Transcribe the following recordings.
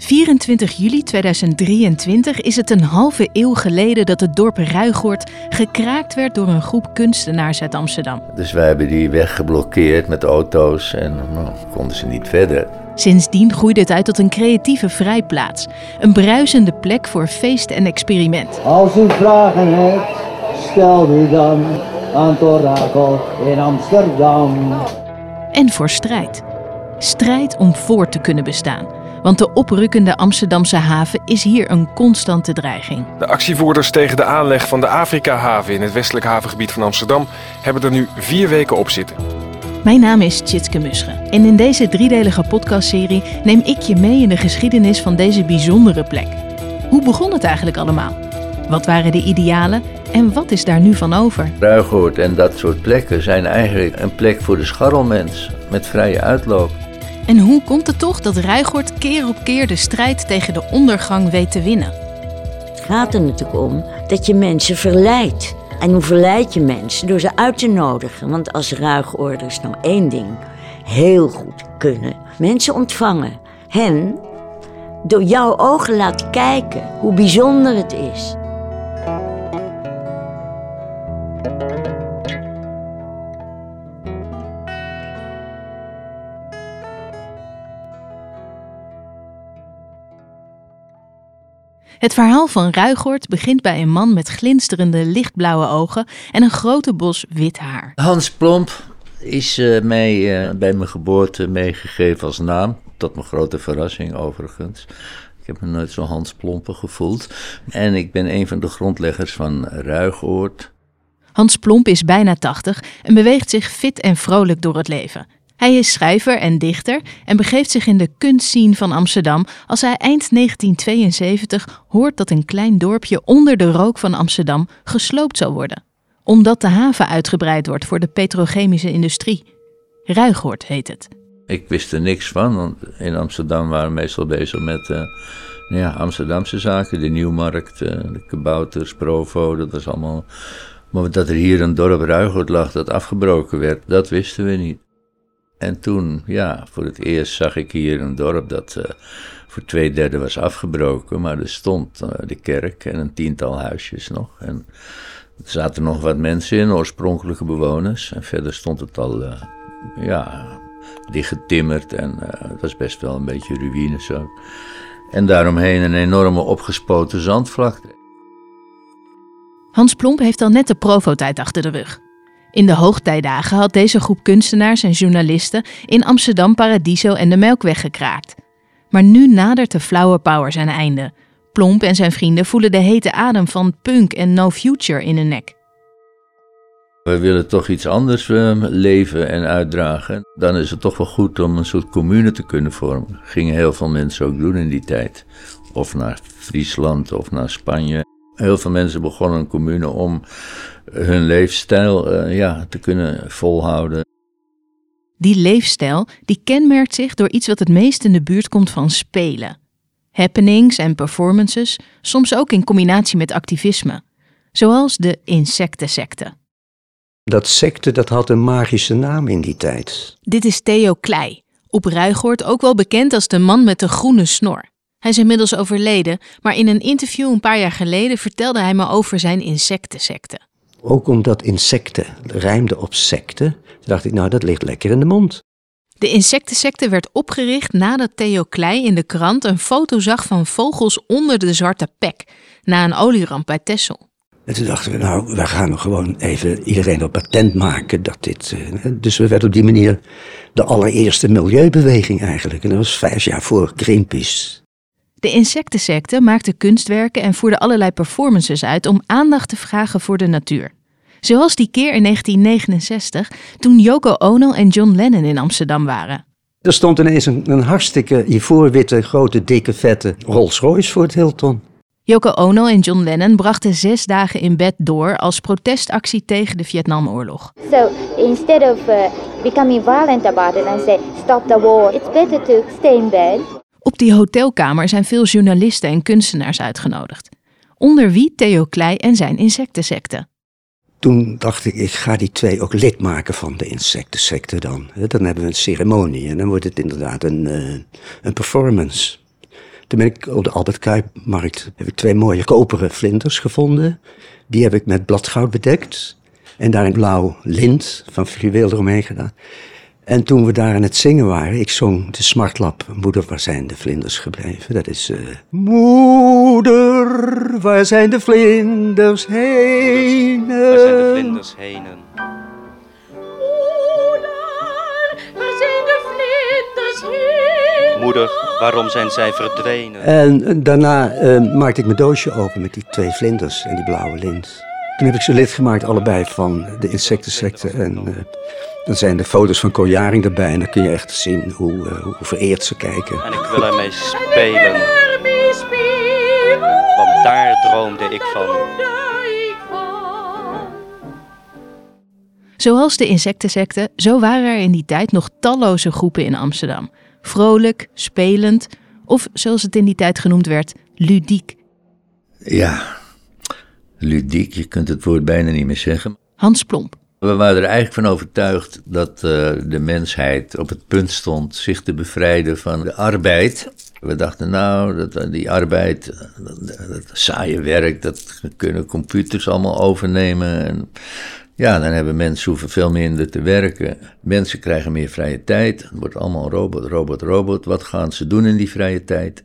24 juli 2023 is het een halve eeuw geleden dat het dorp Ruigoord gekraakt werd door een groep kunstenaars uit Amsterdam. Dus wij hebben die weg geblokkeerd met auto's en konden ze niet verder. Sindsdien groeide het uit tot een creatieve vrijplaats. Een bruisende plek voor feest en experiment. Als u vragen hebt, stel die dan aan het orakel in Amsterdam. En voor strijd. Strijd om voort te kunnen bestaan. Want de oprukkende Amsterdamse haven is hier een constante dreiging. De actievoerders tegen de aanleg van de Afrika-haven in het westelijk havengebied van Amsterdam hebben er nu 4 weken op zitten. Mijn naam is Tjitske Musche en in deze 3-delige podcastserie neem ik je mee in de geschiedenis van deze bijzondere plek. Hoe begon het eigenlijk allemaal? Wat waren de idealen en wat is daar nu van over? Ruigoord en dat soort plekken zijn eigenlijk een plek voor de scharrelmens met vrije uitloop. En hoe komt het toch dat Ruigoord keer op keer de strijd tegen de ondergang weet te winnen? Het gaat er natuurlijk om dat je mensen verleidt. En hoe verleid je mensen? Door ze uit te nodigen. Want als Ruigoorders nou 1 ding heel goed kunnen: mensen ontvangen. Hen door jouw ogen laten kijken hoe bijzonder het is. Het verhaal van Ruigoord begint bij een man met glinsterende lichtblauwe ogen en een grote bos wit haar. Hans Plomp is mij bij mijn geboorte meegegeven als naam. Tot mijn grote verrassing overigens. Ik heb me nooit zo Hans Plompen gevoeld. En ik ben een van de grondleggers van Ruigoord. Hans Plomp is bijna 80 en beweegt zich fit en vrolijk door het leven. Hij is schrijver en dichter en begeeft zich in de kunstscene van Amsterdam als hij eind 1972 hoort dat een klein dorpje onder de rook van Amsterdam gesloopt zal worden. Omdat de haven uitgebreid wordt voor de petrochemische industrie. Ruigoord heet het. Ik wist er niks van, want in Amsterdam waren we meestal bezig met Amsterdamse zaken. De Nieuwmarkt, de kabouters, Provo, dat was allemaal. Maar dat er hier een dorp Ruigoord lag dat afgebroken werd, dat wisten we niet. En toen, voor het eerst zag ik hier een dorp dat voor 2/3 was afgebroken. Maar er stond de kerk en een 10-tal huisjes nog. En er zaten nog wat mensen in, oorspronkelijke bewoners. En verder stond het al, dichtgetimmerd en het was best wel een beetje ruïnes ook. En daaromheen een enorme opgespoten zandvlakte. Hans Plomp heeft al net de Provo-tijd achter de rug. In de hoogtijdagen had deze groep kunstenaars en journalisten in Amsterdam Paradiso en de Melkweg gekraakt. Maar nu nadert de flower power zijn einde. Plomp en zijn vrienden voelen de hete adem van punk en no future in hun nek. We willen toch iets anders leven en uitdragen. Dan is het toch wel goed om een soort commune te kunnen vormen. Gingen heel veel mensen ook doen in die tijd. Of naar Friesland of naar Spanje. Heel veel mensen begonnen een commune om hun leefstijl te kunnen volhouden. Die leefstijl die kenmerkt zich door iets wat het meest in de buurt komt van spelen. Happenings en performances, soms ook in combinatie met activisme. Zoals de insectensecte. Dat secte dat had een magische naam in die tijd. Dit is Theo Klei, op Ruigoord ook wel bekend als de man met de groene snor. Hij is inmiddels overleden, maar in een interview een paar jaar geleden vertelde hij me over zijn insectensecte. Ook omdat insecten rijmden op secte, dacht ik, dat ligt lekker in de mond. De insectensecte werd opgericht nadat Theo Klei in de krant een foto zag van vogels onder de Zwarte Pek, na een olieramp bij Texel. En toen dachten we, we gaan gewoon even iedereen op patent maken dat dit. Dus we werden op die manier de allereerste milieubeweging eigenlijk. En dat was 5 jaar voor Greenpeace. De insectensecte maakte kunstwerken en voerde allerlei performances uit om aandacht te vragen voor de natuur. Zoals die keer in 1969, toen Yoko Ono en John Lennon in Amsterdam waren. Er stond ineens een hartstikke ivoorwitte, grote, dikke, vette Rolls-Royce voor het Hilton. Yoko Ono en John Lennon brachten 6 dagen in bed door als protestactie tegen de Vietnamoorlog. So instead of becoming violent about it and say stop the war, it's better to stay in bed. Op die hotelkamer zijn veel journalisten en kunstenaars uitgenodigd. Onder wie Theo Klei en zijn insectensecte. Toen dacht ik ga die 2 ook lid maken van de insectensecte dan. Dan hebben we een ceremonie en dan wordt het inderdaad een performance. Toen ben ik op de Albert Kuipmarkt, heb ik 2 mooie koperen vlinders gevonden. Die heb ik met bladgoud bedekt. En daar een blauw lint van fluweel eromheen gedaan. En toen we daar aan het zingen waren, ik zong de smartlap. Moeder, waar zijn de vlinders gebleven? Dat is... Moeder, waar zijn de vlinders heen? Waar zijn de vlinders heen? Moeder, waarom zijn zij verdwenen? En daarna maakte ik mijn doosje open met die 2 vlinders en die blauwe lint. Toen heb ik ze lid gemaakt, allebei van de insectensecte. En dan zijn er foto's van Ko Jaring erbij. En dan kun je echt zien hoe vereerd ze kijken. En ik wil ermee spelen. Want daar droomde ik van. Zoals de insectensecte, zo waren er in die tijd nog talloze groepen in Amsterdam. Vrolijk, spelend of, zoals het in die tijd genoemd werd, ludiek. Ja, ludiek, je kunt het woord bijna niet meer zeggen. Hans Plomp. We waren er eigenlijk van overtuigd dat de mensheid op het punt stond zich te bevrijden van de arbeid. We dachten dat die arbeid, dat saaie werk, dat kunnen computers allemaal overnemen. En ja, dan hebben mensen hoeven veel minder te werken. Mensen krijgen meer vrije tijd. Het wordt allemaal robot. Wat gaan ze doen in die vrije tijd?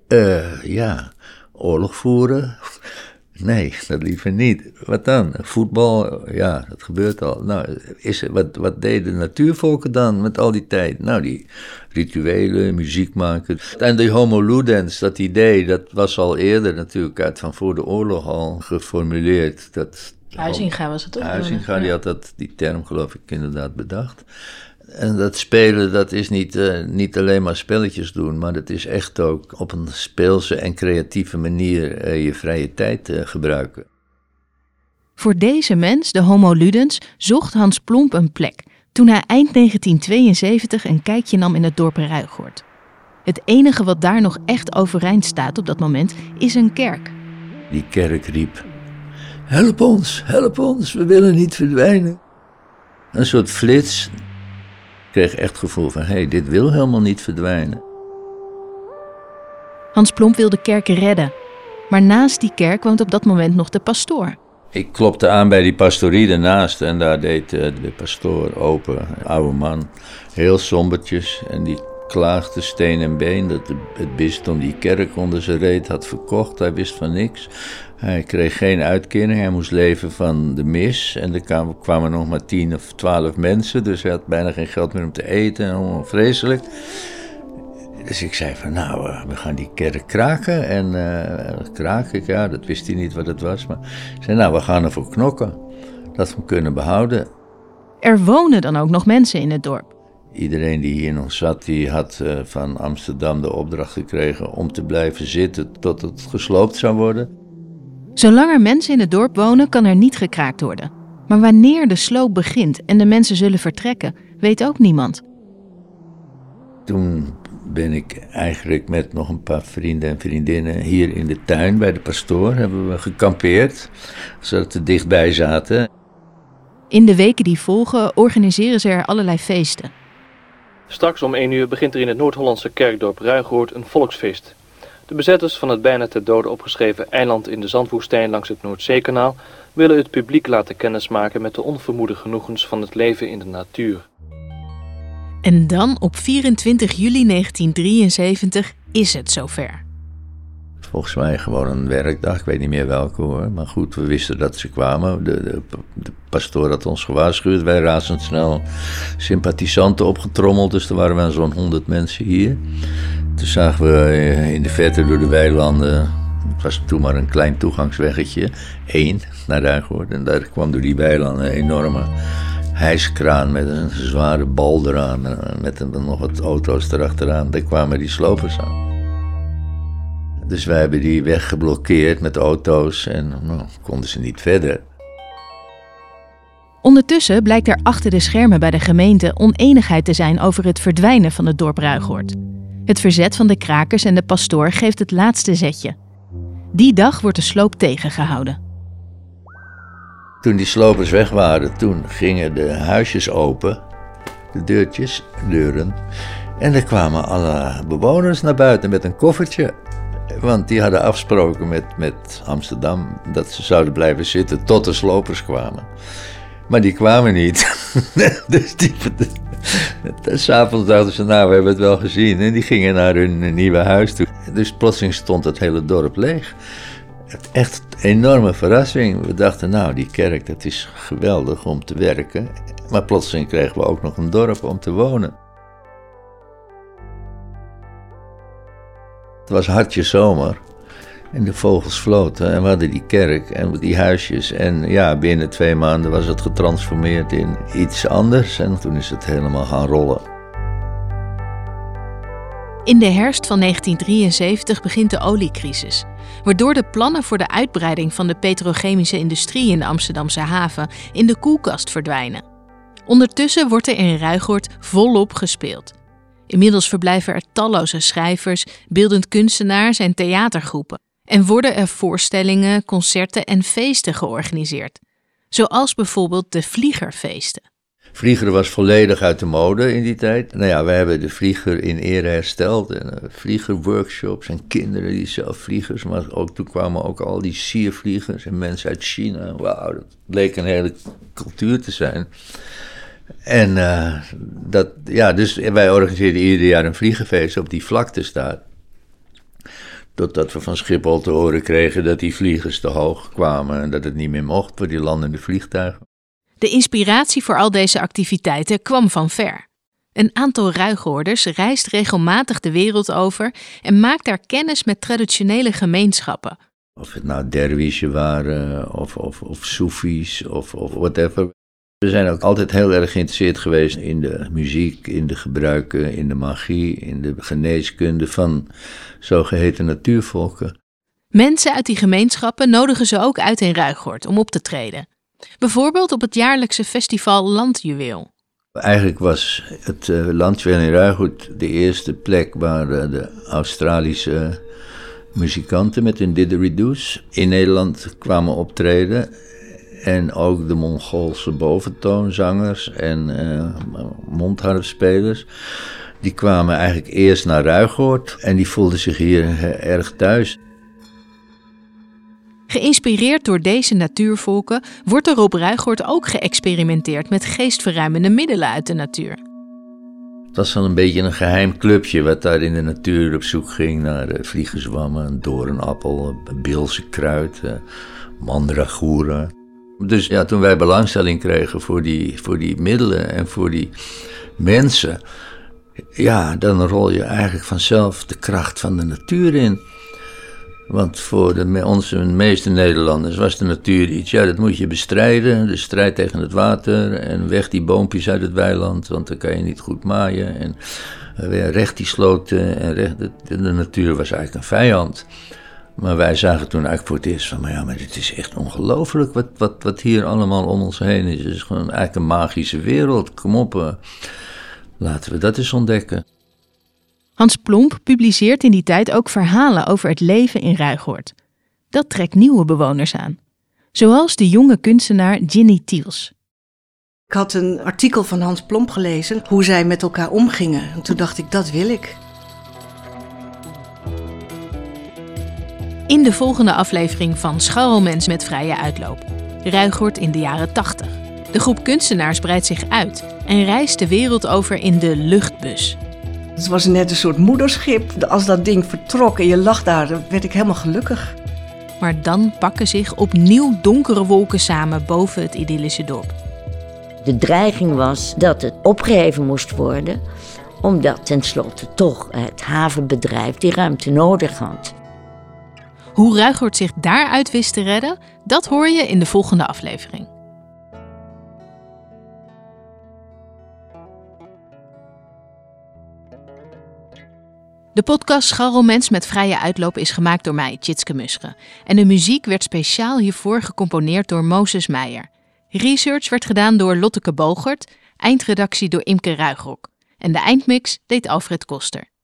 Oorlog voeren. Nee, dat liever niet. Wat dan? Voetbal? Ja, dat gebeurt al. Nou, wat deden de natuurvolken dan met al die tijd? Nou, die rituelen, muziek maken. En die homo ludens, dat idee, dat was al eerder natuurlijk uit van voor de oorlog al geformuleerd. Huizinga was het ook. Huizinga, die had die term geloof ik inderdaad bedacht. En dat spelen, dat is niet alleen maar spelletjes doen, maar dat is echt ook op een speelse en creatieve manier je vrije tijd gebruiken. Voor deze mens, de homo ludens, zocht Hans Plomp een plek toen hij eind 1972 een kijkje nam in het dorp Ruigoord. Het enige wat daar nog echt overeind staat op dat moment is een kerk. Die kerk riep: help ons, we willen niet verdwijnen. Een soort flits. Ik kreeg echt het gevoel van, dit wil helemaal niet verdwijnen. Hans Plomp wil de kerk redden. Maar naast die kerk woont op dat moment nog de pastoor. Ik klopte aan bij die pastorie ernaast en daar deed de pastoor open, een oude man, heel sombertjes. En die klaagde steen en been dat het bisdom die kerk onder zijn reet had verkocht. Hij wist van niks. Hij kreeg geen uitkering, hij moest leven van de mis. En er kwamen nog maar 10 of 12 mensen, dus hij had bijna geen geld meer om te eten. Oh, vreselijk. Dus ik zei van, we gaan die kerk kraken. En kraken, ja, dat wist hij niet wat het was. Maar ik zei, we gaan ervoor knokken. Dat we hem kunnen behouden. Er wonen dan ook nog mensen in het dorp. Iedereen die hier nog zat, die had van Amsterdam de opdracht gekregen om te blijven zitten tot het gesloopt zou worden. Zolang er mensen in het dorp wonen, kan er niet gekraakt worden. Maar wanneer de sloop begint en de mensen zullen vertrekken, weet ook niemand. Toen ben ik eigenlijk met nog een paar vrienden en vriendinnen hier in de tuin bij de pastoor hebben we gekampeerd, zodat we dichtbij zaten. In de weken die volgen organiseren ze er allerlei feesten. Straks om 1 uur begint er in het Noord-Hollandse kerkdorp Ruigoord een volksfeest. De bezetters van het bijna ter dode opgeschreven eiland in de zandwoestijn langs het Noordzeekanaal willen het publiek laten kennismaken met de onvermoede genoegens van het leven in de natuur. En dan op 24 juli 1973 is het zover. Volgens mij gewoon een werkdag, ik weet niet meer welke hoor. Maar goed, we wisten dat ze kwamen. De pastoor had ons gewaarschuwd. Wij razendsnel sympathisanten opgetrommeld. Dus er waren wel zo'n 100 mensen hier. Toen zagen we in de verte door de weilanden. Het was toen maar een klein toegangsweggetje. 1 naar Ruigoord. En daar kwam door die weilanden een enorme hijskraan met een zware bal eraan. Met nog wat auto's erachteraan. Daar kwamen die slopers aan. Dus wij hebben die weg geblokkeerd met auto's en konden ze niet verder. Ondertussen blijkt er achter de schermen bij de gemeente oneenigheid te zijn over het verdwijnen van het dorp Ruigoord. Het verzet van de krakers en de pastoor geeft het laatste zetje. Die dag wordt de sloop tegengehouden. Toen die slopers weg waren, toen gingen de huisjes open, de deuren. En er kwamen alle bewoners naar buiten met een koffertje. Want die hadden afgesproken met Amsterdam dat ze zouden blijven zitten tot de slopers kwamen. Maar die kwamen niet. Dus 's avonds dachten ze, nou, we hebben het wel gezien. En die gingen naar hun nieuwe huis toe. Dus plotseling stond het hele dorp leeg. Echt een enorme verrassing. We dachten, nou, die kerk, dat is geweldig om te werken. Maar plotseling kregen we ook nog een dorp om te wonen. Het was hartje zomer. En de vogels floten en we hadden die kerk en die huisjes. En ja, binnen 2 maanden was het getransformeerd in iets anders. En toen is het helemaal gaan rollen. In de herfst van 1973 begint de oliecrisis, waardoor de plannen voor de uitbreiding van de petrochemische industrie in de Amsterdamse haven in de koelkast verdwijnen. Ondertussen wordt er in Ruigoord volop gespeeld. Inmiddels verblijven er talloze schrijvers, beeldend kunstenaars en theatergroepen. En worden er voorstellingen, concerten en feesten georganiseerd. Zoals bijvoorbeeld de Vliegerfeesten. Vliegeren was volledig uit de mode in die tijd. Nou ja, we hebben de vlieger in ere hersteld. En vliegerworkshops en kinderen die zelf vliegers. Maar ook, toen kwamen ook al die siervliegers en mensen uit China. Wauw, dat bleek een hele cultuur te zijn. En dus wij organiseerden ieder jaar een vliegerfeest op die vlakte staat. Totdat we van Schiphol te horen kregen dat die vliegers te hoog kwamen en dat het niet meer mocht voor die landende vliegtuigen. De inspiratie voor al deze activiteiten kwam van ver. Een aantal Ruigoorders reist regelmatig de wereld over en maakt daar kennis met traditionele gemeenschappen. Of het nou derwischen waren of soefies of whatever. We zijn ook altijd heel erg geïnteresseerd geweest in de muziek, in de gebruiken, in de magie, in de geneeskunde van zogeheten natuurvolken. Mensen uit die gemeenschappen nodigen ze ook uit in Ruigoord om op te treden. Bijvoorbeeld op het jaarlijkse festival Landjuweel. Eigenlijk was het Landjuweel in Ruigoord de eerste plek waar de Australische muzikanten met hun didgeridoos in Nederland kwamen optreden. En ook de Mongoolse boventoonzangers en mondharpspelers. Die kwamen eigenlijk eerst naar Ruigoord en die voelden zich hier erg thuis. Geïnspireerd door deze natuurvolken wordt er op Ruigoord ook geëxperimenteerd met geestverruimende middelen uit de natuur. Het was dan een beetje een geheim clubje wat daar in de natuur op zoek ging naar vliegenzwammen, een doornappel, bilzekruid, mandragoeren. Dus ja, toen wij belangstelling kregen voor die middelen en voor die mensen, ja, dan rol je eigenlijk vanzelf de kracht van de natuur in. Want voor onze meeste Nederlanders was de natuur iets, ja, dat moet je bestrijden. De strijd tegen het water en weg die boompjes uit het weiland, want dan kan je niet goed maaien. En weer recht die sloten en de natuur was eigenlijk een vijand. Maar wij zagen toen eigenlijk voor het eerst van, maar dit is echt ongelooflijk wat hier allemaal om ons heen is. Het is gewoon eigenlijk een magische wereld. Kom op, laten we dat eens ontdekken. Hans Plomp publiceert in die tijd ook verhalen over het leven in Ruigoord. Dat trekt nieuwe bewoners aan. Zoals de jonge kunstenaar Ginny Tiels. Ik had een artikel van Hans Plomp gelezen, hoe zij met elkaar omgingen. En toen dacht ik, dat wil ik. In de volgende aflevering van Scharrelmens met vrije uitloop. Ruigoord in de jaren 80. De groep kunstenaars breidt zich uit en reist de wereld over in de luchtbus. Het was net een soort moederschip. Als dat ding vertrok en je lag daar, dan werd ik helemaal gelukkig. Maar dan pakken zich opnieuw donkere wolken samen boven het idyllische dorp. De dreiging was dat het opgeheven moest worden, omdat tenslotte toch het havenbedrijf die ruimte nodig had. Hoe Ruigoord zich daaruit wist te redden, dat hoor je in de volgende aflevering. De podcast Scharrelmens met vrije uitloop is gemaakt door mij, Tjitske Musche. En de muziek werd speciaal hiervoor gecomponeerd door Moses Meijer. Research werd gedaan door Lotteke Bogert, eindredactie door Imke Ruigrok. En de eindmix deed Alfred Koster.